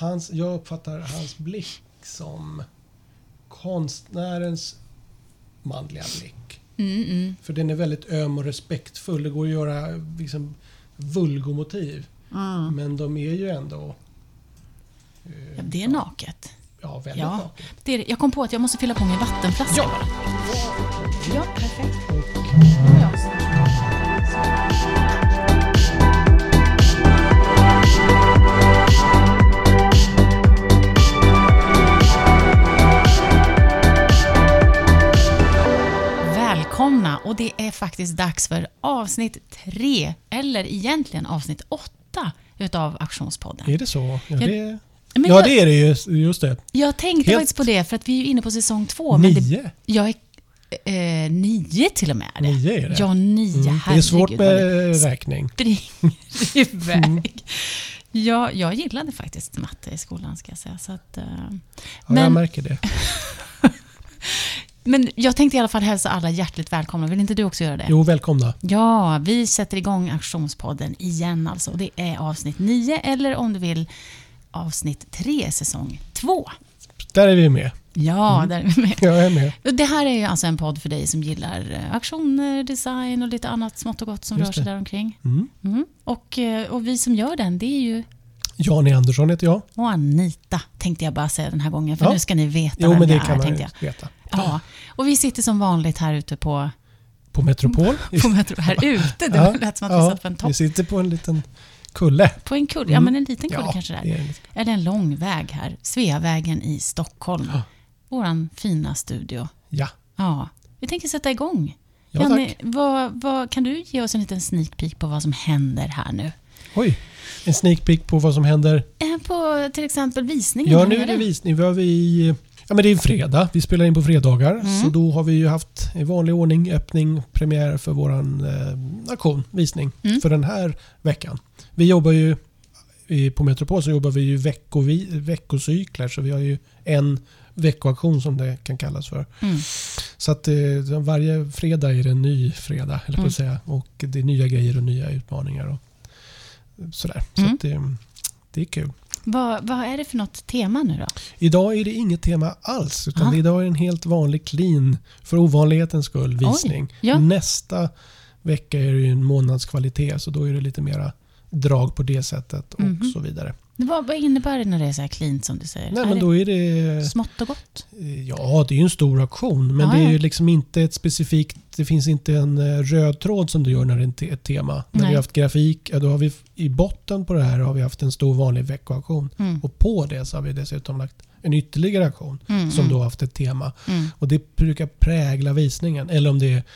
jag uppfattar hans blick som konstnärens manliga blick. För den är väldigt öm och respektfull. Det går att göra liksom vulgomotiv. Men de är ju ändå... det är naket. Ja, väldigt naket. Jag kom på att jag måste fylla på min vattenflaska. Ja, perfekt. Välkomna, och det är faktiskt dags för avsnitt 3, eller egentligen avsnitt 8 utav Aktionspodden. Är det så? Ja, det är det just det. Jag tänkte faktiskt på det, för att vi är inne på säsng 2. 9? Jag är 9 till och med. 9 är det? Ja, 9. Det är svårt med räkning. Iväg. Ja, jag gillade faktiskt matte i skolan, ska jag säga. Så att, jag märker det. Men jag tänkte i alla fall hälsa alla hjärtligt välkomna. Vill inte du också göra det? Jo, välkomna. Ja, vi sätter igång Aktionspodden igen alltså. Det är avsnitt 9, eller om du vill avsnitt 3, säsong 2. Där är vi med. Ja, där är vi med. Jag är med. Det här är ju alltså en podd för dig som gillar aktioner, design och lite annat smått och gott som rör sig där omkring. Och vi som gör den, det är ju... Jan Andersson heter jag. Och Anita tänkte jag bara säga den här gången. För nu ska ni veta vem det jag är, kan man tänkte jag. Veta. Ja, och vi sitter som vanligt här ute på Metropol. Här ute, det lät som att vi satt på en topp. Vi sitter på en liten kulle. På en kulle, ja, men en liten kulle kanske där. Det är det en lång väg här. Sveavägen i Stockholm. Ja. Våran fina studio. Ja. Vi tänker sätta igång. Ja, Janne, vad kan du ge oss en liten sneak peek på vad som händer här nu? Oj, en sneak peek på vad som händer. På till exempel visningen. Ja, nu är det visning. Men det är en fredag. Vi spelar in på fredagar. Så då har vi ju haft i vanlig ordning öppning, premiär för våran aktion, visning för den här veckan. Vi jobbar ju på Metropol, så jobbar vi ju veckocykler, så vi har ju en veckoaktion som det kan kallas för. Så att varje fredag är det en ny fredag, eller på att säga, och det är nya grejer och nya utmaningar och sådär. Så att det är kul. Vad är det för något tema nu då? Idag är det inget tema alls, utan idag är det en helt vanlig clean, för ovanlighetens skull, visning. Ja. Nästa vecka är det ju en månadskvalitet, så då är det lite mera drag på det sättet och så vidare. Vad innebär det när det är så här clean som du säger? Nej, men då är det smått och gott? Ja, det är ju en stor auktion, men det är ju liksom inte ett specifikt, det finns inte en röd tråd som du gör när det är ett tema. När vi har haft grafik, då har vi i botten på det här har vi haft en stor vanlig veckoauktion. Och på det så har vi dessutom lagt en ytterligare auktion som då har haft ett tema. Och det brukar prägla visningen, eller om det är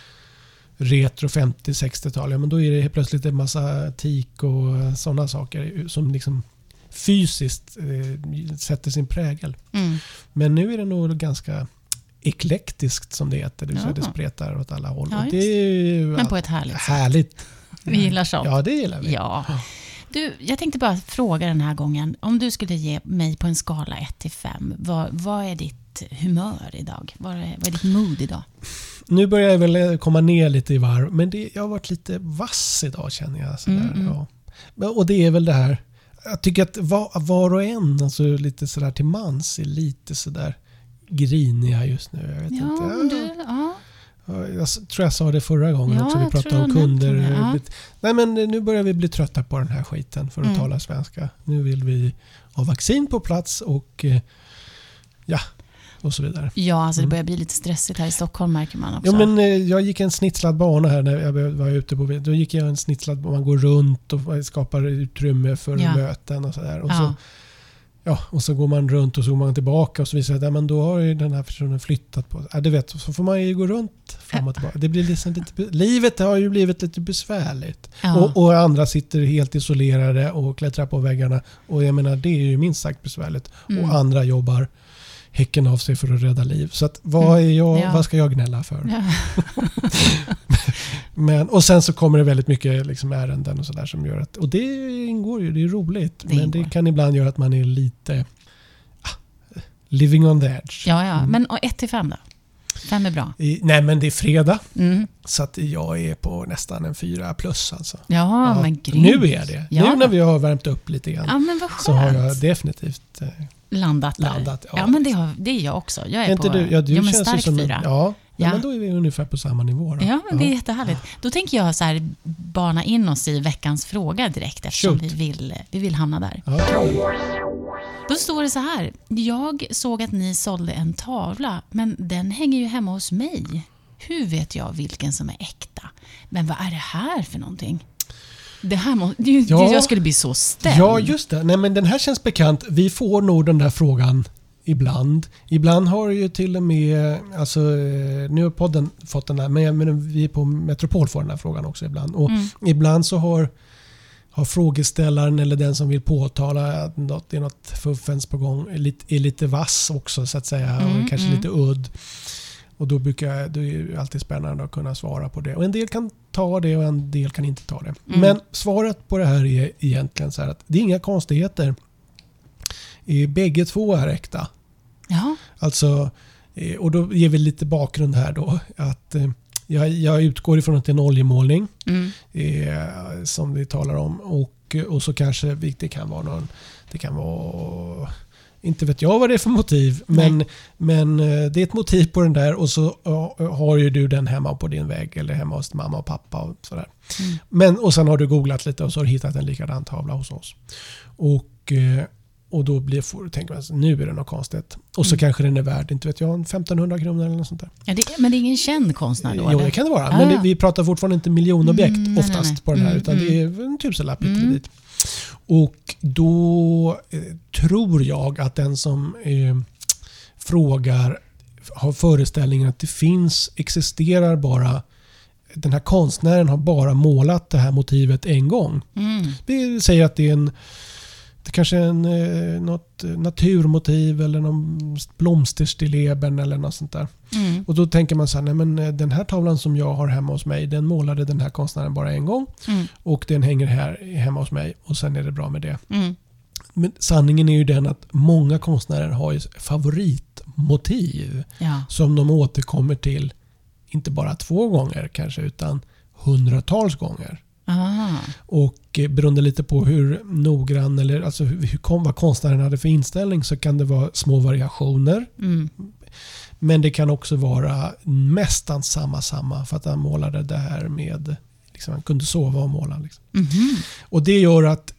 retro 50-60-tal, ja, men då är det helt plötsligt en massa tik och sådana saker som liksom fysiskt sätter sin prägel. Men nu är det nog ganska eklektiskt, som det heter. Det vill säga det spretar åt alla håll. Ja, och det är ju men på ett härligt sätt. Vi gillar sånt. Ja, det gillar vi. Ja. Du, jag tänkte bara fråga den här gången. Om du skulle ge mig på en skala 1-5, vad är ditt humör idag? Vad är ditt mood idag? Nu börjar jag väl komma ner lite i varv. Men jag har varit lite vass idag, känner jag. Sådär, ja. Och det är väl det här. Jag tycker att var och en, alltså lite sådär till mans, är lite sådär griniga just nu. Jag vet inte. Jag tror jag sa det förra gången också. Vi pratade om kunder. Nej, men nu börjar vi bli trötta på den här skiten, för att tala svenska. Nu vill vi ha vaccin på plats och och så vidare. Ja, alltså det börjar bli lite stressigt här i Stockholm, märker man också. Jo, men jag gick en snitslad bana här när jag var ute på. Då gick jag en snitslad, man går runt och skapar utrymme för möten och sådär. Och så och så går man runt och så går man tillbaka och så visar det, men då har ju den här personen flyttat på. Du vet, så får man ju gå runt fram och tillbaka. Det blir liksom livet har ju blivit lite besvärligt. Och andra sitter helt isolerade och klättrar på väggarna, och jag menar, det är ju minst sagt besvärligt. Och andra jobbar häcken av sig för att rädda liv. Så att, vad ska jag gnälla för? Och sen så kommer det väldigt mycket liksom ärenden och sådär som gör att, och det ingår ju, det är roligt, men det kan ibland göra att man är lite living on the edge. Men 1-5 då? 5 är bra. Nej, men det är fredag. Så att jag är på nästan en 4+ alltså. Ja, men grymt. Nu är det. Nu när vi har värmt upp lite grann. Ja, men vad skönt. Så har jag definitivt landat där. Ja, men det är jag också. Jag är inte på du känns stark 4. Ja, men då är vi ungefär på samma nivå. Då. Ja, men det är jättehärligt. Då tänker jag så här bana in oss i veckans fråga direkt eftersom vi vill hamna där. Då står det så här. Jag såg att ni sålde en tavla, men den hänger ju hemma hos mig. Hur vet jag vilken som är äkta? Men vad är det här för någonting? Det här jag skulle bli så ställd. Ja, just det. Nej, men den här känns bekant. Vi får nog den där frågan ibland. Ibland har ju till och med, alltså nu har podden fått den här, men vi på Metropol får den här frågan också ibland. Och ibland så har frågeställaren eller den som vill påtala att det är något fuffens på gång är lite vass också så att säga och kanske lite udd. Och då är det ju alltid spännande att kunna svara på det. Och en del kan ta det och en del kan inte ta det. Men svaret på det här är egentligen så här att det är inga konstigheter. Bägge två är äkta. Ja. Alltså, och då ger vi lite bakgrund här då. Att jag utgår ifrån att det är en oljemålning som vi talar om. Och så kanske det kan vara inte vet jag vad det är för motiv, men det är ett motiv på den där och så har ju du den hemma på din vägg eller hemma hos mamma och pappa och sådär. Och sen har du googlat lite och så har du hittat en likadan tavla hos oss. Och då tänker man nu är det något konstigt. Och så kanske den är värd, inte vet jag, 1500 kronor eller något sånt där. Ja, men det är ingen känd konstnär då? Jo, det kan det vara. Men vi pratar fortfarande inte miljonobjekt oftast på den här, utan det är en tusenlapp dit. Och då tror jag att den som frågar har föreställningen att existerar bara, den här konstnären har bara målat det här motivet en gång. Vi säger att det är kanske något naturmotiv eller någon blomsterstilleben eller något sånt där. Och då tänker man så här, nej men den här tavlan som jag har hemma hos mig, den målade den här konstnären bara en gång och den hänger här hemma hos mig och sen är det bra med det. Men sanningen är ju den att många konstnärer har ju favoritmotiv som de återkommer till inte bara 2 gånger kanske utan hundratals gånger. Och beroende lite på hur noggrann eller alltså vad konstnären hade för inställning så kan det vara små variationer. Men det kan också vara nästan samma för att han målade det här med liksom, han kunde sova och måla liksom. Och det gör att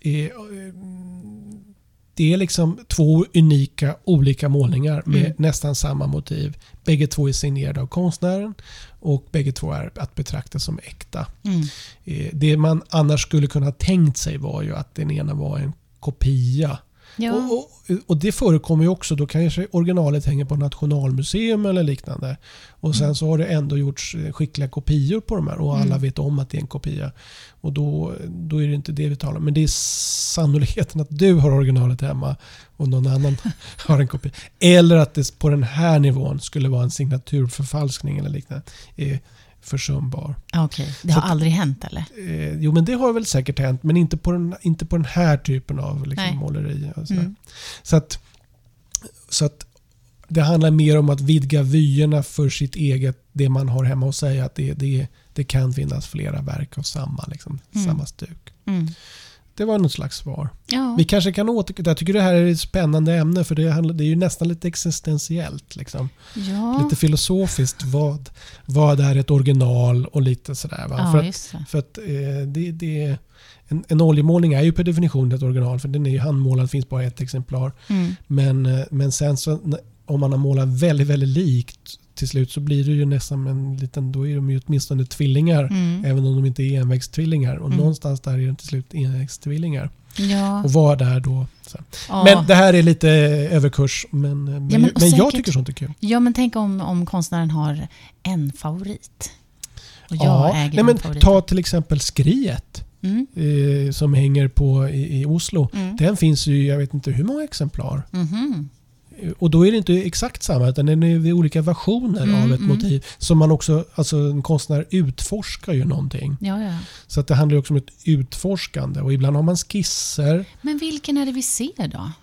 det är liksom 2 unika olika målningar med nästan samma motiv. Bägge 2 är signerade av konstnären och bägge 2 är att betrakta som äkta. Det man annars skulle kunna tänkt sig var ju att den ena var en kopia. Ja. Och det förekommer ju också. Då kanske originalet hänger på Nationalmuseum eller liknande. Och sen så har det ändå gjorts skickliga kopior på de här. Och alla vet om att det är en kopia. Och då är det inte det vi talar om. Men det är sannolikheten att du har originalet hemma och någon annan har en kopia. Eller att det på den här nivån skulle vara en signaturförfalskning eller liknande. Försumbar. Okej. Det har aldrig hänt eller? Jo, men det har väl säkert hänt, men inte på den här typen av liksom, måleri. Och så att det handlar mer om att vidga vyerna för sitt eget, det man har hemma och säga att det kan finnas flera verk av samma stuk. Det var något slags svar. Ja. Vi kanske kan jag tycker det här är ett spännande ämne för det är ju nästan lite existentiellt. Liksom. Ja. Lite filosofiskt. Vad är ett original och lite sådär. Va? Ja, för att en oljemålning är ju per definition ett original för den är ju handmålad, finns bara ett exemplar. Men sen så om man har målat väldigt, väldigt likt till slut så blir det ju nästan då är de ju åtminstone tvillingar även om de inte är envägstvillingar och någonstans där är de till slut envägstvillingar. Ja. Och vad är då? Så. Men det här är lite överkurs men jag tycker sånt är kul. Ja, men tänk om konstnären har en favorit. Och jag äger en favorit. Ta till exempel Skriet. Som hänger på i Oslo. Den finns ju, jag vet inte hur många exemplar. Och då är det inte exakt samma utan det är olika versioner av ett motiv som man också, alltså en konstnär utforskar ju någonting. Ja. Så att det handlar också om ett utforskande och ibland har man skisser. Men vilken är det vi ser då?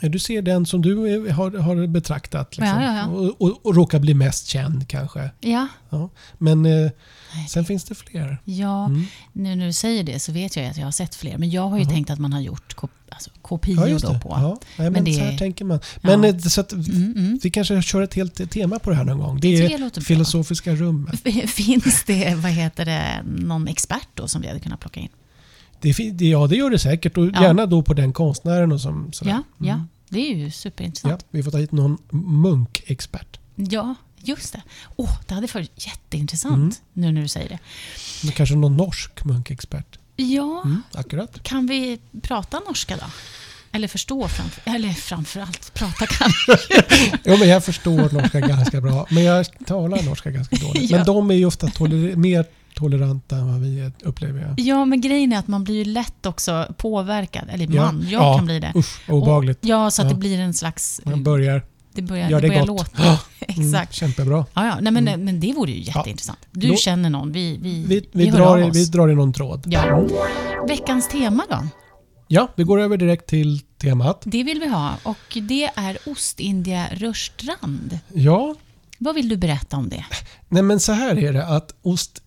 Du ser den som du har betraktat. Liksom. Ja. Och råkar bli mest känd kanske. Ja. Men sen finns det fler. Ja, nu när du säger det så vet jag att jag har sett fler. Men jag har ju tänkt att man har gjort kopior då på. Ja. Nej, men så här tänker man. Men så att vi kanske kör ett helt tema på det här någon gång. Det är filosofiska rummet. Finns det, någon expert då som vi hade kunnat plocka in? Det gör det säkert. Och gärna då på den konstnären. Och sådär. Ja, det är ju superintressant. Ja, vi får ta hit någon munkexpert. Ja, just det. Det hade varit jätteintressant nu när du säger det. Men kanske någon norsk munkexpert. Ja, akkurat. Kan vi prata norska då? Eller förstå framförallt prata kanske. Jo, men jag förstår norska ganska bra. Men jag talar norska ganska dåligt. Men de är ju ofta mer toleranta än vad vi upplever. Ja, men grejen är att man blir ju lätt också påverkad. Eller jag kan bli det. Obehagligt. Så att det blir en slags... Man börjar... Det börjar låta. Exakt. Kämpebra. Ja. Nej, men det vore ju jätteintressant. Du känner någon. Vi drar i någon tråd. Ja. Veckans tema då? Ja, vi går över direkt till temat. Det vill vi ha. Och det är Ostindien Rörstrand. Ja. Vad vill du berätta om det? Nej, men så här är det att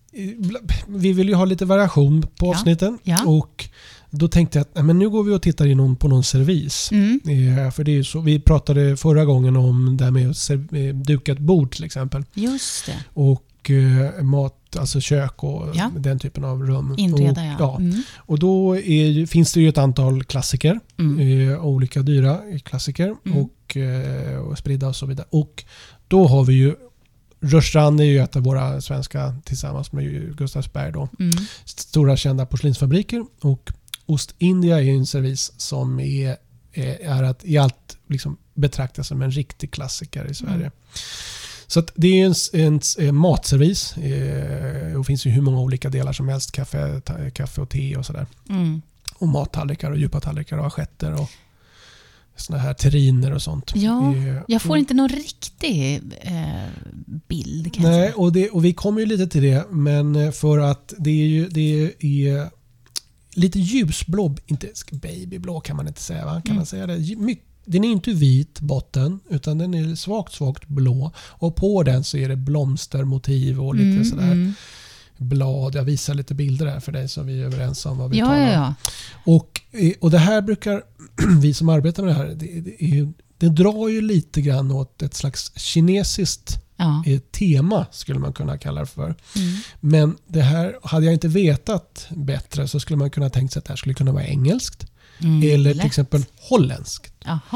vi vill ju ha lite variation på avsnitten. Ja. Och då tänkte jag att nu går vi och tittar på någon servis. För det är ju så, vi pratade förra gången om det här med dukat bord till exempel. Just det. Och mat, alltså kök och den typen av rum. Inreda, Och då finns det ju ett antal klassiker. Olika dyra klassiker och spridda och så vidare. Och då har vi ju Rörstrand är ju ett av våra svenska tillsammans med Gustavsberg då. Stora kända porslinsfabriker, och Ostindien är en servis som är att i allt liksom betraktas som en riktig klassiker i Sverige. Så att det är en matservis. Det finns ju hur många olika delar som helst. Kaffe och te och sådär. Och mattallrikar och djupa tallrikar och assietter och såna här terriner och sånt. Ja, jag får inte någon riktig bild. Nej, och vi kommer ju lite till det, men för att det är lite ljusblå, inte babyblå kan man inte säga, va? Kan man säga det? Den är inte vit botten, utan den är svagt blå, och på den så är det blomstermotiv och lite sådär blad. Jag visar lite bilder här för dig så vi är överens om vad vi talar om. Och det här brukar vi som arbetar med det här, det drar ju lite grann åt ett slags kinesiskt tema, skulle man kunna kalla det för. Men det här, hade jag inte vetat bättre, så skulle man kunna tänka sig att det här skulle kunna vara engelskt eller till exempel holländskt.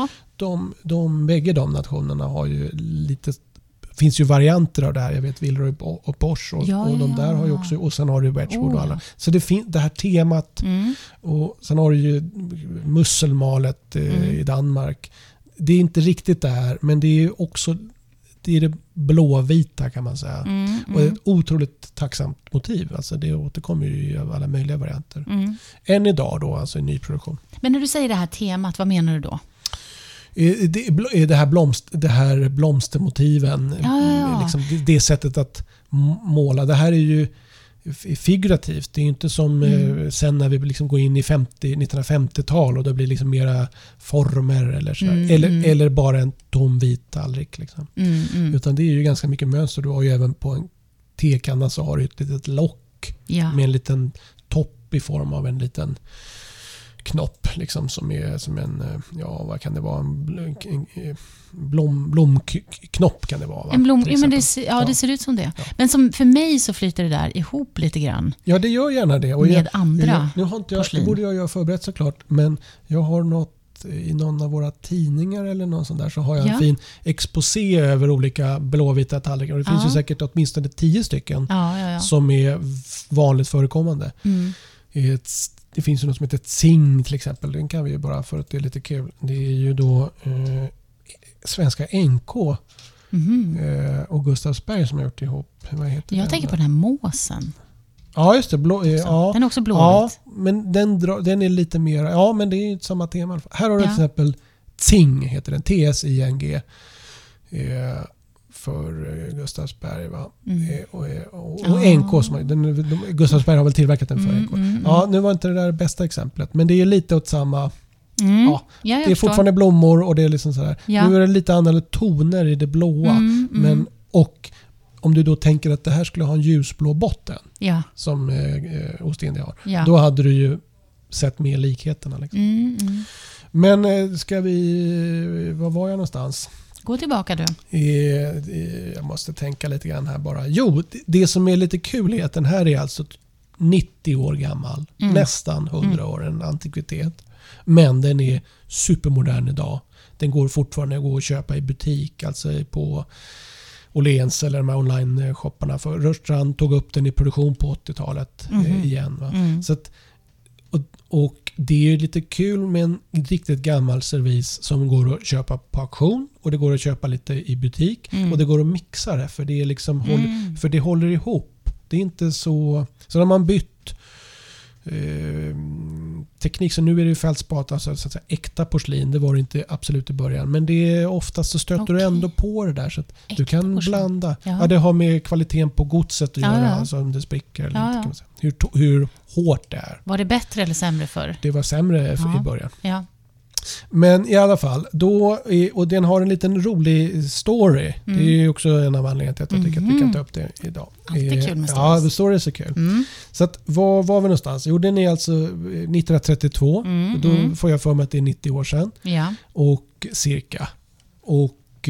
Bägge de nationerna har ju lite, finns ju varianter av det här. Jag vet Villeroy och Bosch och de där har ju också, och sen har du Wedgwood och alla. Så det här temat, och sen har du ju musselmalet i Danmark. Det är inte riktigt det här, men det är också det blåvita kan man säga. Och det är ett otroligt tacksamt motiv. Alltså det återkommer ju i alla möjliga varianter. Än idag då, alltså i nyproduktion. Men när du säger det här temat, vad menar du då? Det här blomstermotiven. Liksom det sättet att måla. Det här är ju figurativt. Det är inte som sen när vi liksom går in i 1950-tal och det blir liksom mera former eller så eller bara en tom vit tallrik liksom. Utan det är ju ganska mycket mönster. Du har ju även på en tekanna så har du ett litet lock med en liten topp i form av en liten knopp liksom, som är som en, vad kan det vara, en blomknopp kan det vara, va? En men det ser ut som det. Men som för mig så flyter det där ihop lite grann. Ja, det gör gärna det. Och med andra nu har inte det borde jag förberett såklart, men jag har något i någon av våra tidningar eller någon sån där, så har jag en fin exposé över olika blåvita tallrikar. Och det finns ju säkert åtminstone 10 stycken som är vanligt förekommande. Det finns ju något som heter Tsing till exempel. Den kan vi ju bara, för att det är lite kul. Det är ju då svenska NK och Gustavsberg som har gjort ihop. Vad heter jag tänker på den här måsen. Ja, just det. Den är också blåvit. Ja, men den är lite mer... Ja, men det är ju samma tema. Här har du till exempel Tsing, heter den. TSING. För Gustavsberg, va? Och NK som Gustavsberg har väl tillverkat den för NK. Ja, nu var inte det där bästa exemplet, men det är lite åt samma Det är fortfarande blommor och det är liksom sådär. Nu är det lite andra toner i det blåa. Men, och om du då tänker att det här skulle ha en ljusblå botten som Ostindien har, då hade du ju sett mer likheterna. Liksom. Men var var jag någonstans? Gå tillbaka du. Jag måste tänka lite grann här bara. Jo, det som är lite kul är att den här är alltså 90 år gammal. Nästan 100 år, en antikvitet. Men den är supermodern idag. Den går fortfarande att gå och köpa i butik, alltså på Åhléns eller de här online-shopparna. För Rörstrand tog upp den i produktion på 80-talet igen. Va? Så att, och det är lite kul med en riktigt gammal servis som går att köpa på auktion och det går att köpa lite i butik och det går att mixa det för det är liksom för det håller ihop. Det är inte så när man bytt teknik, så nu är det ju fältspat, alltså så att säga, äkta porslin, det var det inte absolut i början, men det är oftast så stöter du ändå på det där så att du kan blanda. Ja, det har med kvaliteten på godset att göra, alltså om det spricker eller inte, kan man säga. Hur hårt det är. Var det bättre eller sämre förr? Det var sämre i början. Ja. Men i alla fall, och den har en liten rolig story. Det är ju också en av anledningarna till att jag tycker att vi kan ta upp det idag. Alltid kul med stories. Ja, story är så kul. Så att, var vi någonstans? Jo, den är alltså 1932. Då får jag för mig att det är 90 år sedan. Ja. Och cirka. Och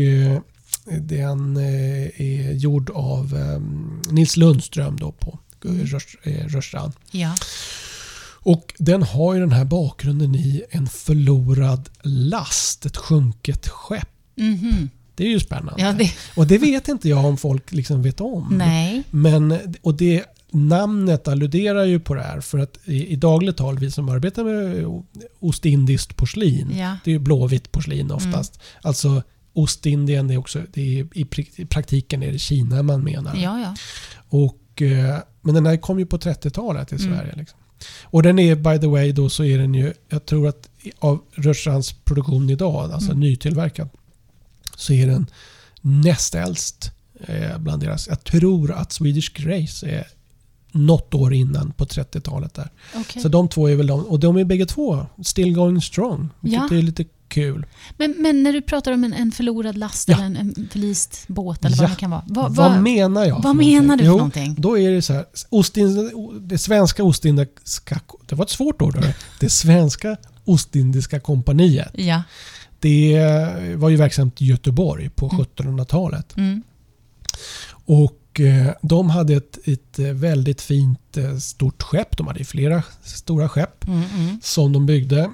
den är gjord av Nils Lundström då på Rörstrand. Ja. Och den har ju den här bakgrunden i en förlorad last, ett sjunket skepp. Det är ju spännande. Ja, och det vet inte jag om folk liksom vet om. Nej. Men, och det namnet alluderar ju på det här för att i dagligt tal, vi som arbetar med ostindiskt porslin, det är ju blåvitt porslin oftast. Alltså Ostindien, i praktiken är det Kina man menar. Ja. Och, men den här kom ju på 30-talet i Sverige liksom. Och den är, by the way, då så är den ju, jag tror att av Rörstrands produktion idag, alltså nytillverkad, så är den näst äldst bland deras. Jag tror att Swedish Grace är något år innan på 30-talet där. Okay. Så de två är väl och de är bägge två still going strong, vilket är lite kul. Men när du pratar om en förlorad last eller en förlist båt eller vad det kan vara. Vad menar jag? Vad menar du för någonting? Då är det så här, det svenska Ostindiska, det var ett svårt ord då. Det svenska Ostindiska kompaniet. Ja. Det var ju verksamt i Göteborg på 1700-talet. Och de hade ett väldigt fint stort skepp. De hade flera stora skepp som de byggde.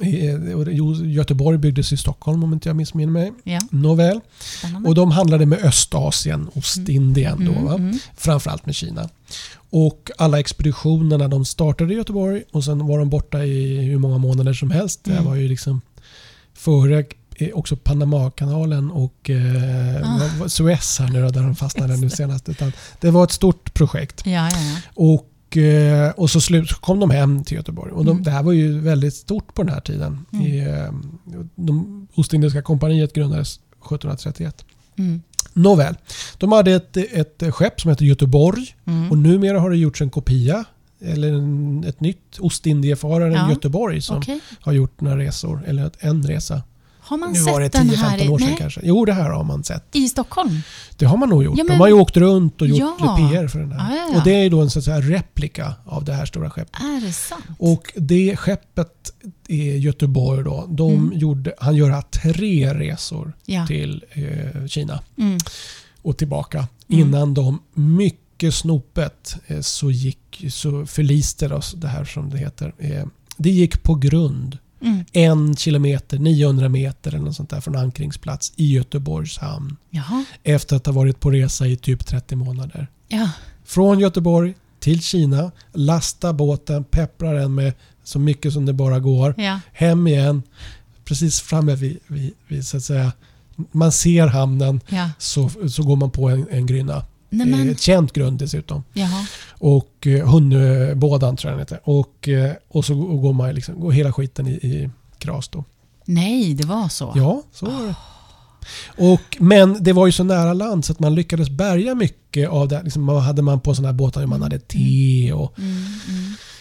Göteborg byggdes i Stockholm om inte jag missminner mig. Ja. Nåväl. Och de handlade med Östasien, Ostindien då, framförallt med Kina. Och alla expeditionerna, de startade i Göteborg och sen var de borta i hur många månader som helst. Det var ju liksom före också Panamakanalen och Suez här nu där de fastnade nu senast. Utan det var ett stort projekt. Ja. Och så kom de hem till Göteborg. Och det här var ju väldigt stort på den här tiden. De Ostindiska kompaniet grundades 1731. Nåväl, de hade ett skepp som heter Göteborg. Och numera har det gjorts en kopia eller ett nytt Ostindiefararen Göteborg som har gjort några resor, eller en resa. Har man sett den här? 10-15 år sedan kanske. Jo, det här har man sett. I Stockholm? Det har man nog gjort. De har ju åkt runt och gjort PR för den här. Och det är ju då en så att säga replika av det här stora skeppet. Är det sant? Och det skeppet i Göteborg då, han gör 3 resor till Kina och tillbaka innan de mycket snopet så förliste oss det här som det heter. Det gick på grund. 1 kilometer, 900 meter eller något sånt där från ankringsplats i Göteborgs hamn. Jaha. Efter att ha varit på resa i typ 30 månader. Ja. Från Göteborg till Kina, lasta båten, peppra den med så mycket som det bara går. Ja. Hem igen, precis framme vid så att säga, man ser hamnen, så går man på en grynna. Ett känt grund dessutom. Jaha. Och Hundbådan tror jag den heter. Och så går man liksom, går hela skiten i kras då. Nej, det var så. Ja, så var det. Men det var ju så nära land så att man lyckades bärga mycket av det. Liksom, hade man på sådana här båtar man hade te och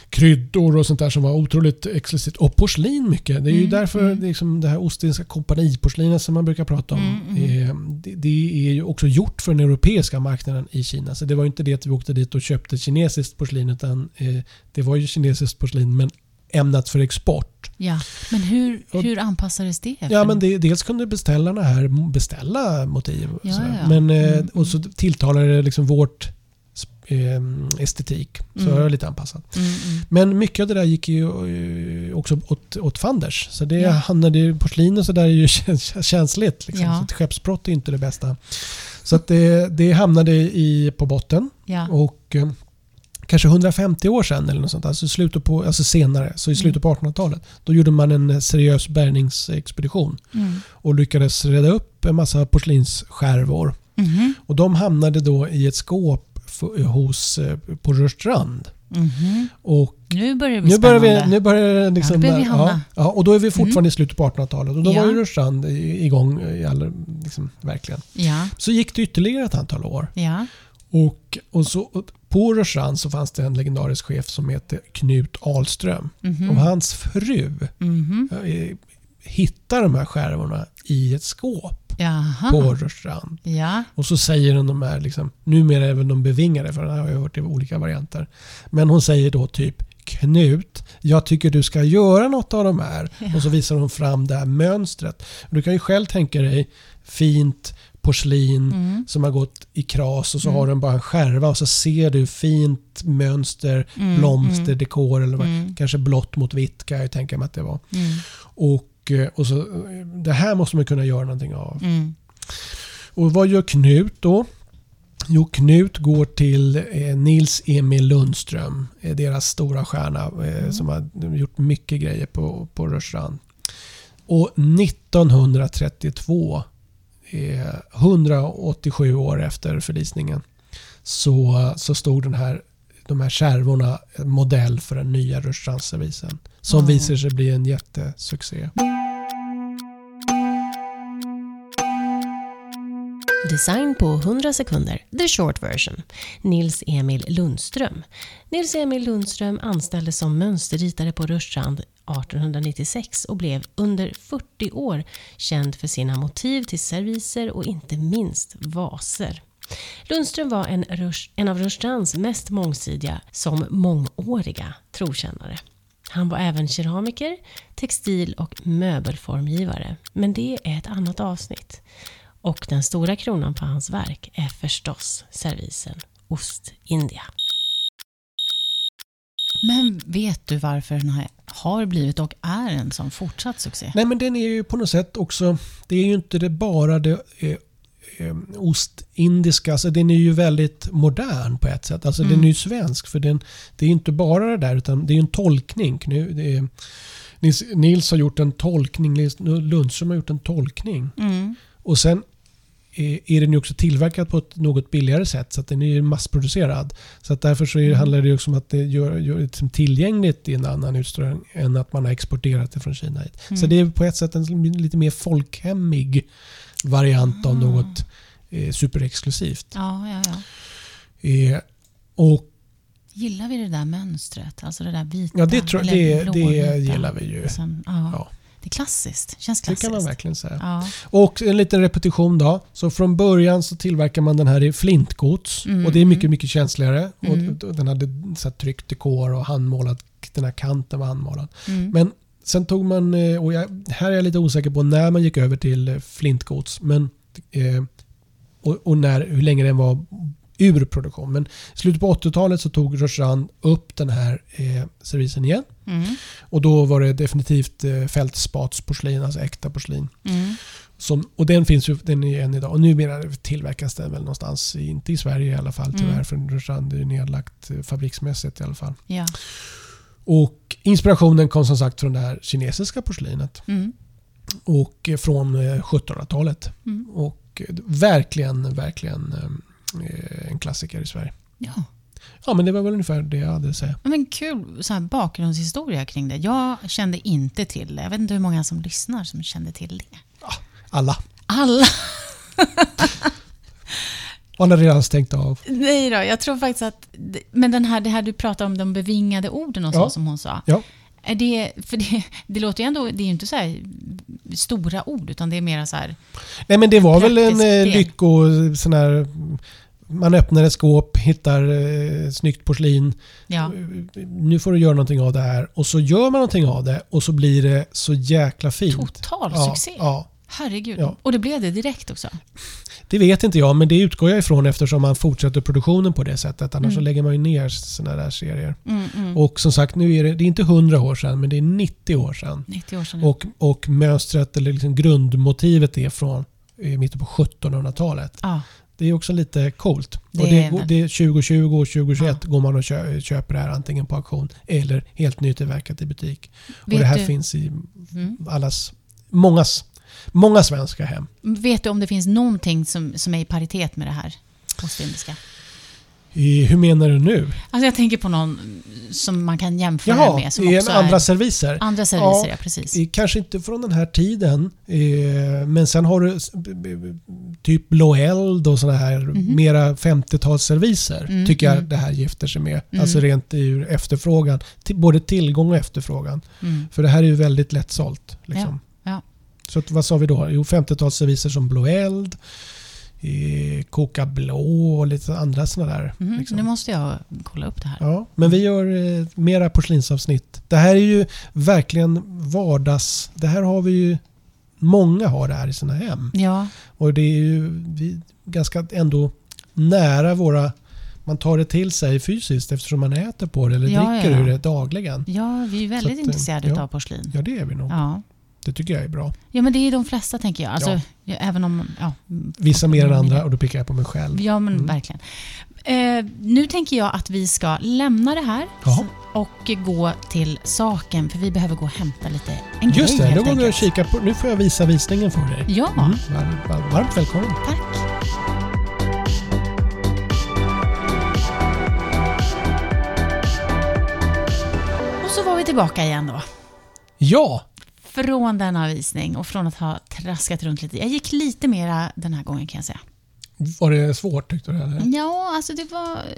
kryddor och sånt där som var otroligt exklusivt. Och porslin mycket. Det är ju därför liksom det här Ostindiska kompaniporslinet som man brukar prata om. Det är ju också gjort för den europeiska marknaden i Kina. Så det var ju inte det att vi åkte dit och köpte kinesiskt porslin, utan det var ju kinesiskt porslin men ämnat för export. Ja, men hur anpassades det? Ja, men dels kunde beställarna här beställa motiv. Och, Men, och så tilltalade det liksom vårt estetik. Så är det lite anpassat. Men mycket av det där gick ju också åt fanders. Så det hamnade i porslin och så där är ju känsligt. Liksom. Så att skeppsbrott är inte det bästa. Så att det hamnade på botten. Ja. Och kanske 150 år sedan eller något sånt, alltså senare, så i slutet på 1800-talet, då gjorde man en seriös bärgningsexpedition och lyckades rädda upp en massa porslinsskärvor. Och de hamnade då i ett skåp på Rörstrand. Och nu börjar det bli spännande. Nu börjar det liksom och då är vi fortfarande i slutet på 1800-talet och då var ju Rörstrand igång liksom, verkligen. Ja. Så gick det ytterligare ett antal år. Ja. Och så på Rörstrand så fanns det en legendarisk chef som heter Knut Ahlström. Och hans fru hittar de här skärvorna i ett skåp. Jaha. På Rörstrand. Ja. Och så säger hon de här liksom, numera även de bevingade, för den har jag hört i olika varianter. Men hon säger då typ: Knut, jag tycker du ska göra något av de här. Ja. Och så visar hon fram det här mönstret. Du kan ju själv tänka dig fint porslin som har gått i kras och så har den bara en skärva och så ser du fint mönster, blomster, dekor eller vad, kanske blått mot vitt kan jag tänka mig att det var. Och så, det här måste man kunna göra någonting av. Och vad gör Knut då? Jo, Knut går till Nils Emil Lundström, deras stora stjärna som har gjort mycket grejer på Rörstrand. Och 1932, 187 år efter förlisningen, så stod de här skärvorna modell för den nya Rörstrandsservisen som visar sig bli en jättesuccé. Design på 100 sekunder, the short version. Nils Emil Lundström. Nils Emil Lundström anställdes som mönsterritare på Rörstrand 1896 och blev under 40 år känd för sina motiv till serviser och inte minst vaser. Lundström var en av Rörstrands mest mångsidiga som mångåriga trotjänare. Han var även keramiker, textil- och möbelformgivare, men det är ett annat avsnitt. Och den stora kronan på hans verk är förstås servisen Ostindia. Men vet du varför den här har blivit och är en sån fortsatt succé? Nej, men den är ju på något sätt också, det är ju inte bara det ostindiska, alltså den är ju väldigt modern på ett sätt. Alltså den är ju svensk, för det är inte bara det där, utan det är en tolkning. Nils har gjort en tolkning, Lundström har gjort en tolkning. Och sen är den ju också tillverkad på ett något billigare sätt, så att den är massproducerad. Så att därför så handlar det ju också om att det gör det tillgängligt i en annan utsträckning än att man har exporterat det från Kina hit. Så det är på ett sätt en lite mer folkhemmig variant av något superexklusivt. Ja. Och gillar vi det där mönstret? Alltså det där vita? Ja, det gillar vi ju. Sen, ja. Det är klassiskt. Känns klassiskt. Det kan man verkligen säga. Ja. Och en liten repetition då. Så från början så tillverkar man den här i flintgods. Och det är mycket, mycket känsligare. Och den hade så här tryckt dekor och handmålad. Den här kanten var handmålad. Men sen tog man, och här är jag lite osäker på när man gick över till flintgods. Men, och hur länge den var ur produktion. Men i slutet på 80-talet så tog Rörstrand upp den här servisen igen. Och då var det definitivt fältspatsporslin, alltså äkta porslin. Och den finns ju, den är än idag. Och numera tillverkas den väl någonstans, inte i Sverige i alla fall tyvärr, för Rörstrand är nedlagt fabriksmässigt i alla fall. Ja. Och inspirationen kom som sagt från det här kinesiska porslinet. Och från 1700-talet. Och verkligen en klassiker i Sverige. Ja, men det var väl ungefär det jag hade att säga. Men kul så här bakgrundshistoria kring det. Jag kände inte till det. Jag vet inte hur många som lyssnar som kände till det. Ja, alla. Han har redan stängt av. Nej då, jag tror faktiskt att... Men det här du pratar om, de bevingade orden och så som hon sa. Ja. Är det låter ju ändå... Det är ju inte så här stora ord, utan det är mer så här... Nej, men det var väl en sån här... Man öppnar ett skåp, hittar snyggt porslin. Ja. Nu får du göra någonting av det här. Och så gör man någonting av det och så blir det så jäkla fint. Total succé. Ja. Herregud. Ja. Och det blev det direkt också. Det vet inte jag, men det utgår jag ifrån eftersom man fortsätter produktionen på det sättet. Annars så lägger man ju ner såna där serier. Och som sagt, nu är det är inte 100 år sedan, men det är 90 år sedan. 90 år sedan, ja. Och mönstret, eller liksom grundmotivet är från mitten på 1700-talet. Ja. Det är också lite coolt. Det är 2020 och 2021 går man och köper det här antingen på auktion eller helt nytillverkat i butik. Och det här finns i många svenska hem. Vet du om det finns någonting som är i paritet med det här ostindiska? Hur menar du nu? Alltså jag tänker på någon som man kan jämföra med. Som också andra serviser. Andra serviser, ja precis. Kanske inte från den här tiden. Men sen har du typ blå eld och sådana här mera 50-talsserviser. Tycker jag det här gifter sig med. Alltså rent ur efterfrågan. Både tillgång och efterfrågan. För det här är ju väldigt lätt sålt. Liksom. Ja. Så vad sa vi då? Jo, 50-talsserviser som blå eld. Koka blå och lite andra sådana där. Nu måste jag kolla upp det här. Ja, men vi gör mera porslinsavsnitt. Det här är ju verkligen vardags. Det här har vi ju, många har det här i sina hem. Ja. Och det är ju ganska ändå nära våra, man tar det till sig fysiskt eftersom man äter på det eller dricker ur det dagligen. Ja, vi är väldigt intresserade av porslin. Ja, det är vi nog. Ja. Det tycker jag är bra. Ja, men det är de flesta tänker jag. Alltså, även om... Vissa mer än andra och då pickar jag på mig själv. Ja, men verkligen. Nu tänker jag att vi ska lämna det här och gå till saken. För vi behöver gå och hämta lite en grej. Just det, då går vi och kika på. Nu får jag visa visningen för dig. Ja. Varmt välkommen. Tack. Och så var vi tillbaka igen då. Ja. Från denna visning och från att ha traskat runt lite. Jag gick lite mera den här gången kan jag säga. Var det svårt tyckte du? Eller? Ja, alltså det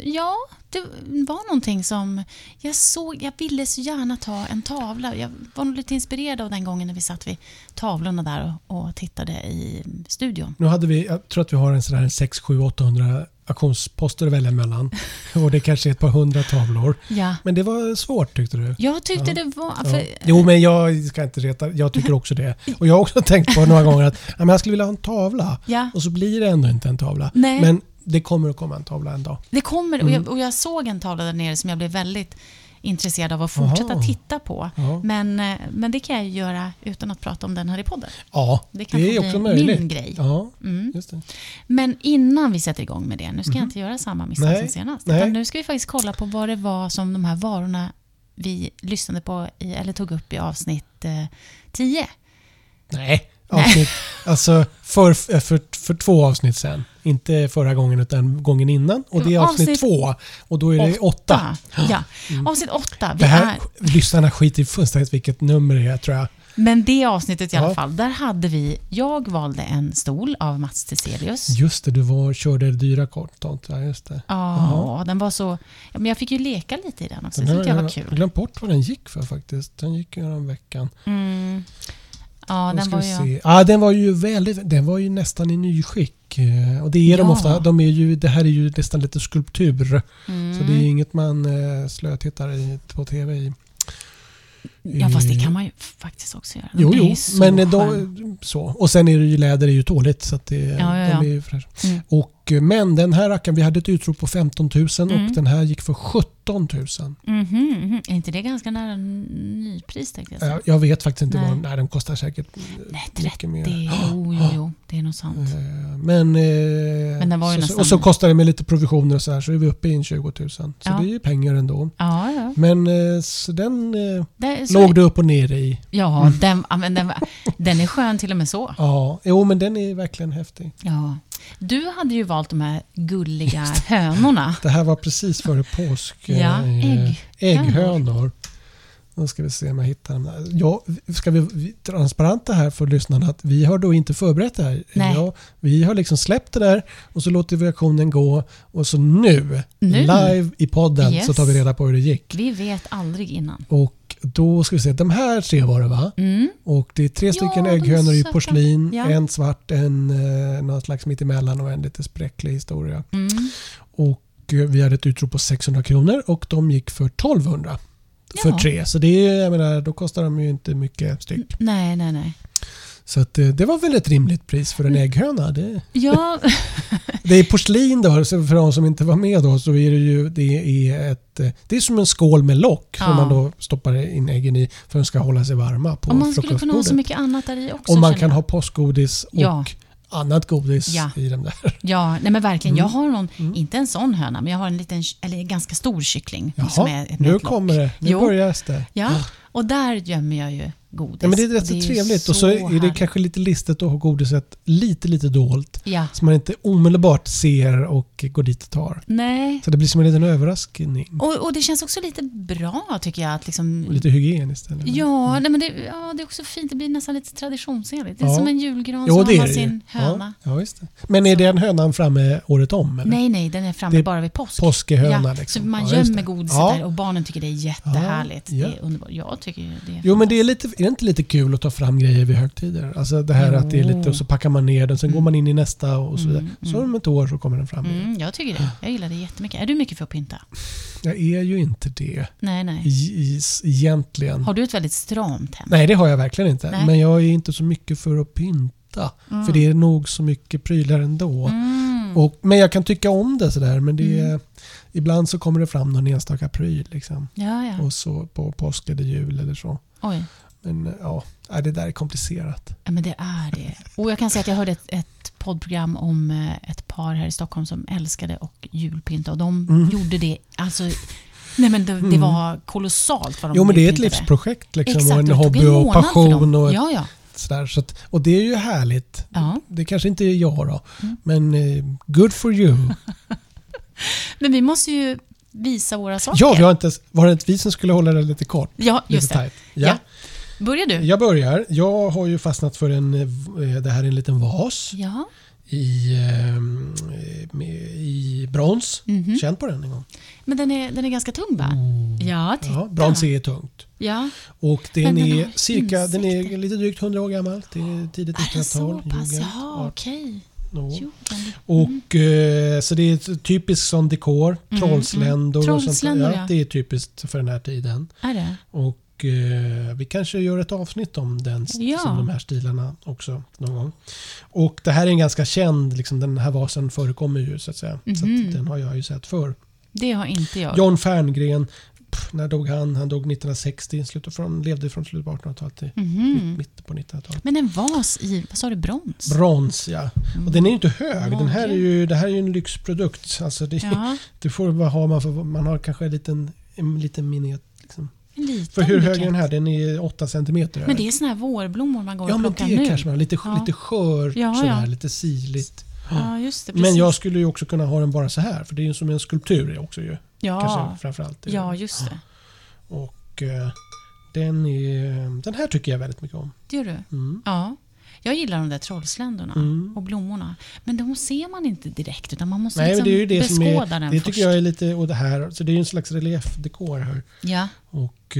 var någonting som jag ville så gärna ta en tavla. Jag var nog lite inspirerad av den gången när vi satt vid tavlorna där och tittade i studion. Nu hade vi, jag tror att vi har en sådär 6, 7, 800 auktionsposter att välja mellan. Och det kanske är ett par 100 tavlor. Ja. Men det var svårt tyckte du? Jag tyckte det var... För... Jo, men jag ska inte reta. Jag tycker också det. Och jag har också tänkt på några gånger att jag skulle vilja ha en tavla. Ja. Och så blir det ändå inte en tavla. Nej. Men det kommer att komma en tavla en dag. Det kommer, och jag såg en tavla där nere som jag blev väldigt intresserad av att fortsätta titta på. Ja. Men det kan jag göra utan att prata om den här i podden. Ja, det är också möjligt. Min grej. Ja, just det. Men innan vi sätter igång med det, nu ska jag inte göra samma misstag som senast. Utan nu ska vi faktiskt kolla på vad det var som de här varorna vi lyssnade på eller tog upp i avsnitt 10. Nej, avsnitt, alltså för 2 avsnitt sen. Inte förra gången utan gången innan. Och det är avsnitt 2. Och då är det 8. Ja, avsnitt 8. Lyssnarna skiter i fullständigt vilket nummer det är tror jag. Men det avsnittet i alla fall, där hade jag valde en stol av Mats Teselius. Just det, du körde dyra kortot. Ja, just det. Ja, den var så... Ja, men jag fick ju leka lite i den också. Det tyckte jag var kul. Jag glömde bort vad den gick för faktiskt. Den gick ju en veckan. Ja, den var ju... den var ju nästan i nyskick. Och det är de ofta. Det här är ju nästan lite skulptur. Så det är inget man slötittar på tv i. Ja, fast det kan man ju faktiskt också göra. Jo, men då, så. Och sen är det ju läder är ju tåligt så att de är ju fräscha. Men den här rackaren, vi hade ett utrop på 15 000 och den här gick för 17 000. Är inte det ganska nära nypris? Jag vet faktiskt inte vad den kostar säkert. Nej, 30. Jo, det är nog sant. Men den var ju nästan... Och så kostar det med lite provisioner och så här så är vi uppe i 20 000. Så det är ju pengar ändå. Ja. Men så den låg du upp och ner i. Ja, den är skön till och med så. Ja, jo men den är verkligen häftig. Ja. Du hade ju valt de här gulliga hönorna. Det här var precis före påsk. Ja, ägghönor. Då ska vi se om jag hittar dem där. Ja, ska vi transparenta här för lyssnarna att vi har då inte förberett det här. Ja, vi har liksom släppt det där och så låter vi auktionen gå och så nu live i podden så tar vi reda på hur det gick. Vi vet aldrig innan. Och då ska vi se, de här 3 var det va? Och det är 3 stycken ägghönor i porslin, en svart, en något slags mittemellan och en lite spräcklig historia. Och vi hade ett utrop på 600 kronor och de gick för 1200 för 3. Så det är, jag menar, då kostar de ju inte mycket styck. Nej. Så att det var väl ett rimligt pris för en ägghöna. Ja. Det är porslin då, så för de som inte var med då så är det ju det är som en skål med lock som man då stoppar in äggen i för att de ska hålla sig varma på frukostbordet. Och man skulle kunna ha så mycket annat där i också. Och man kan ha påskgodis och annat godis i dem där. Ja, nej men verkligen. Jag har inte en sån höna, men jag har en ganska stor kyckling. Som är nu kommer det. Nu börjar det. Ja, och där gömmer jag ju godis. Ja, men det är rätt så trevligt. Och så är det kanske lite listigt att ha godiset lite dolt. Ja. Så man inte omedelbart ser och går dit och tar. Nej. Så det blir som en liten överraskning. Och det känns också lite bra tycker jag. Att liksom, lite hygieniskt. Eller? Ja, nej, men det är också fint. Det blir nästan lite traditionsenligt. Det är som en julgran som har sin höna. Ja, just det. Men är den hönan framme året om? Eller? Nej, den är framme bara vid påsk. Påskehöna. Liksom. Så man gömmer godiset där och barnen tycker det är jättehärligt. Det är underbart. Jag tycker det är men det är det inte lite kul att ta fram grejer vid högtider? Alltså det här att det är lite och så packar man ner den, sen går man in i nästa och så vidare. Så om ett år så kommer den fram. Jag tycker det. Jag gillar det jättemycket. Är du mycket för att pynta? Jag är ju inte det. Nej. Egentligen. Har du ett väldigt stramt hem? Nej, det har jag verkligen inte. Nej. Men jag är inte så mycket för att pynta. För det är nog så mycket prylar ändå. Men jag kan tycka om det sådär. Men det är, ibland så kommer det fram någon enstaka pryl. Liksom. Ja. Och så på påsk eller jul eller så. Oj. Men det där är komplicerat. Ja, men det är det. Och jag kan säga att jag hörde ett poddprogram om ett par här i Stockholm som älskade och julpynta. Och de gjorde det, alltså... Nej, men det var kolossalt vad de men det är ett livsprojekt liksom. Exakt, och en hobby och passion. Och ja. Sådär, så att, och det är ju härligt. Ja. Det kanske inte är jag då. Men good for you. Men vi måste ju visa våra saker. Ja, var det inte vi som skulle hålla det lite kort? Ja, just det. Ja. Börjar du? Jag börjar. Jag har ju fastnat för det här är en liten vas. Ja. I brons. Känt på den en gång. Men den är ganska tung va? Ja, titta. Ja, brons är tungt. Ja. Och den är lite drygt 100 år gammal. Det är tidigt 1900-tal. Så pass? Ja, okej. Och så det är typiskt som dekor. Trollsländor och sånt. Ja, det är typiskt för den här tiden. Är det? Och vi kanske gör ett avsnitt om som de här stilarna också någon gång. Och det här är en ganska känd, liksom, den här vasen förekommer ju så att säga. Så att den har jag ju sett förr. Det har inte jag. John Ferngren, när dog han? Han dog 1960, levde från slutet av 1800-talet till mitten på 1900-talet. Men en vas i, vad sa du, brons? Brons, ja. Och den är ju inte hög. Det här är ju en lyxprodukt. Alltså det får vad ha man har kanske en liten miniat liksom. För hur hög är den här? Den är 8 centimeter. Men det är såna här vårblommor man går och plockar nu. Ja, men det kanske man lite skör, sådär, lite siligt. Ja, just det. Men jag skulle ju också kunna ha den bara så här. För det är ju som en skulptur också ju. Ja, kanske framförallt. Ja, just det. Och den här tycker jag väldigt mycket om. Det gör du? Ja. Jag gillar de där trollsländorna och blommorna. Men de ser man inte direkt utan man måste liksom det är ju det beskåda som är, den det först. Tycker jag är lite, och det här, så det är ju en slags reliefdekor här. Ja. Och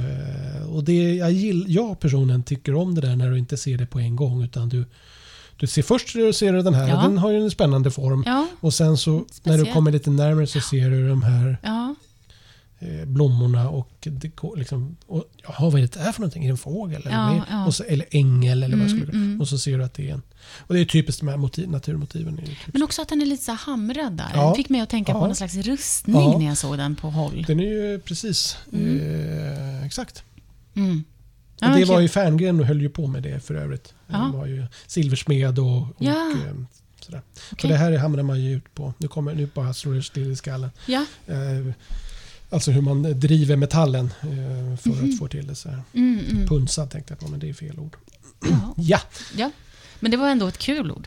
jag personligen tycker om det där när du inte ser det på en gång utan du ser först ser du den här, den har ju en spännande form. Ja. Och sen så när du kommer lite närmare så ser du de här blommorna och liksom, och vad är det där för någonting? Är det en fågel? Eller ängel eller vad skulle det. Och så ser du att det är och det är typiskt de här naturmotiven. Men också att den är lite så hamrad där. Den fick mig att tänka på någon slags rustning när jag såg den på håll. Den är ju precis exakt. Och det var ju Ferngren och höll ju på med det för övrigt. Han var ju silversmed och sådär. Okay. Så det här hamnar man ju ut på. Nu bara slår det still i skallen. Ja. Alltså hur man driver metallen för att få till det så här. Punsad tänkte jag på, men det är fel ord. Ja. Men det var ändå ett kul ord.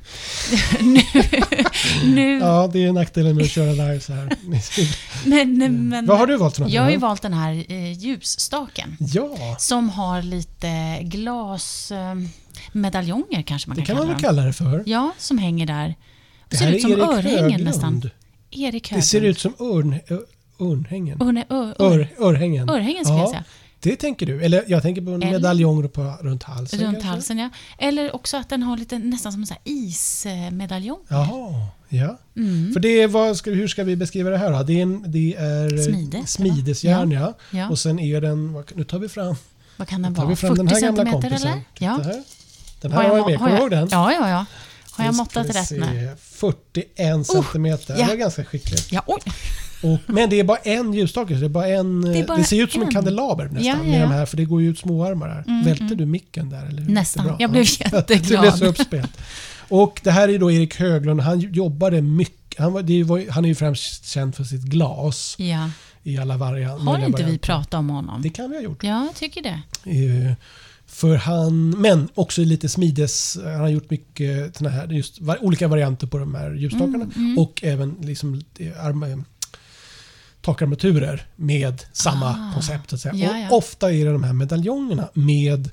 nu. Ja, det är nackdelen med att köra live så här. Men, vad har du valt för något? Jag har ju valt den här ljusstaken. Ja. Som har lite glasmedaljonger kanske man kan kalla det. Det kan man väl kalla det för. Ja, som hänger där. Det här är som Erik örhängen Höglund. Nästan. Erik Höglund. Det ser ut som örhängen. Örhängen. Örhängen ska jag säga. Det tänker du? Eller jag tänker på en medaljong runt halsen. Runt halsen, ja. Eller också att den har lite nästan som en sån här ismedaljong. Jaha, ja. För det är, hur ska vi beskriva det här då? Det är smidesjärn, ja. Och sen är den, nu tar vi fram. Vad kan den vara? 40 den här gamla centimeter eller? Ja. Den här har jag med, kommer du ihåg den? Ja. Har jag måttat rätt med? 41 centimeter. Det var ganska skickligt. Ja, oj. Men det är bara en ljusstake, det är bara en. Det ser ut som en kandelaber nästan med de här, för det går ju ut små armar här. Välte du micken där eller? Nästan. Jag blev jätteglad. Det blev så uppspelt. Och det här är då Erik Höglund. Han jobbade mycket. Han är ju främst känd för sitt glas. Ja. I alla varianter. Har inte vi pratat om honom? Det kan vi ha gjort. Ja, jag tycker det. Men också lite smides. Han har gjort mycket såna här, just olika varianter på de här ljusstakarna. Och även liksom takarmaturer med samma koncept. Så att säga. Ja. Och ofta är det de här medaljongerna med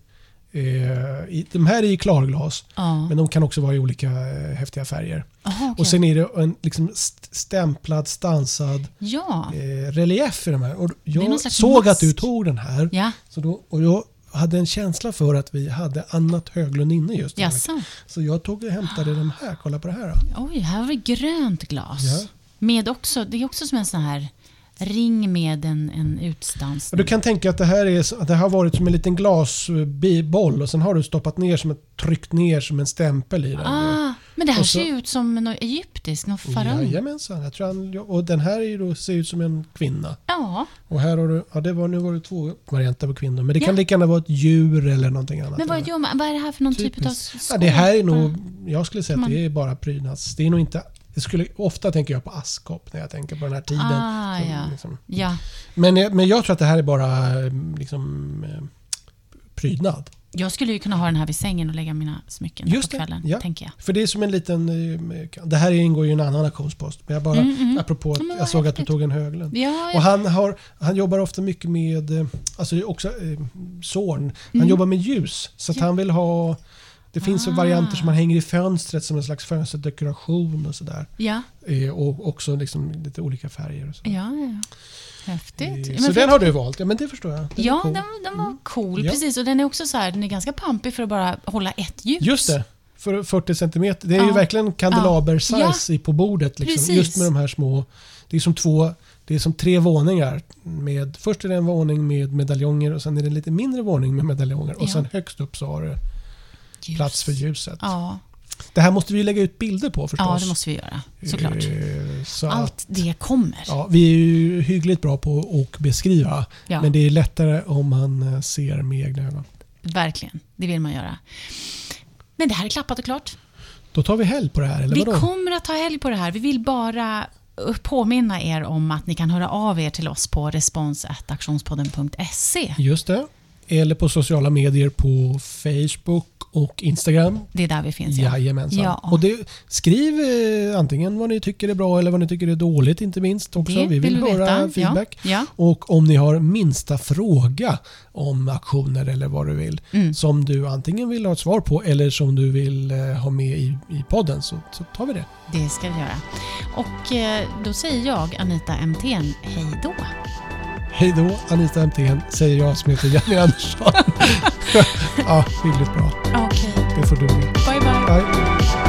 de här är i klarglas, men de kan också vara i olika häftiga färger. Okay. Och sen är det en liksom stämplad, stansad relief i de här. Och jag såg att du tog den här. Ja. Och jag hade en känsla för att vi hade annat Höglund inne just nu. Så jag hämtade de här. Kolla på det här då. Oj, här har vi grönt glas. Ja. Med också, det är också som en sån här ring med en utstansning. Du kan tänka att det har varit som en liten glasboll och sen har du stoppat ner tryckt ner som en stämpel i den. Men det här ser ut som någon egyptisk, någon faraon. Jajamensan. Och den här ser ut som en kvinna. Ja. Och här har du, nu var det 2 varianter på kvinnor. Men det kan lika gärna vara ett djur eller någonting annat. Men vad är det här för någon typ av skåp? Det här är nog, jag skulle säga att det är bara prydnads. Det är nog inte. Ofta tänker jag på askkopp när jag tänker på den här tiden. Liksom. Men jag tror att det här är bara liksom, prydnad. Jag skulle ju kunna ha den här vid sängen och lägga mina smycken på kvällen, tänker jag. För det är som en liten. Det här ingår ju i en annan auktionspost. Men jag bara, apropå att jag såg att du tog en Höglund. Ja. Och han jobbar ofta mycket med, alltså också Zorn. Han jobbar med ljus. Så att han vill ha. Det finns varianter som man hänger i fönstret som en slags fönsterdekoration och sådär. Ja. Och också liksom lite olika färger och så. Ja. Häftigt. Så den har du valt. Ja, men det förstår jag. Den var cool. Precis, och den är också så här, den är ganska pampig för att bara hålla ett ljus. Just det. För 40 centimeter. Det är ju verkligen kandelaber-size på bordet. Liksom. Just med de här små. Det är som 3 våningar. Först är det en våning med medaljonger och sen är det en lite mindre våning med medaljonger. Och sen högst upp så har det plats för ljuset. Ja. Det här måste vi lägga ut bilder på förstås. Ja, det måste vi göra. Såklart. Allt det kommer. Ja, vi är ju hyggligt bra på att beskriva. Ja. Men det är lättare om man ser med egna ögon. Verkligen, det vill man göra. Men det här är klappat och klart. Då tar vi helg på det här, eller vadå? Vi kommer att ta helg på det här. Vi vill bara påminna er om att ni kan höra av er till oss på respons@auktionspodden.se. Just det. Eller på sociala medier på Facebook och Instagram. Det är där vi finns. Jajamensan. Ja. Och skriv antingen vad ni tycker är bra eller vad ni tycker är dåligt, inte minst också. Vi vill höra feedback. Ja. Och om ni har minsta fråga om auktioner eller vad du vill som du antingen vill ha ett svar på eller som du vill ha med i podden, så tar vi det. Det ska vi göra. Och då säger jag, Anita MTN, hej då. Hej då, Anita MTN, säger jag som heter Jenny Andersson. Ja, hyggligt bra. Okej. Det får du med. Bye, bye. Bye.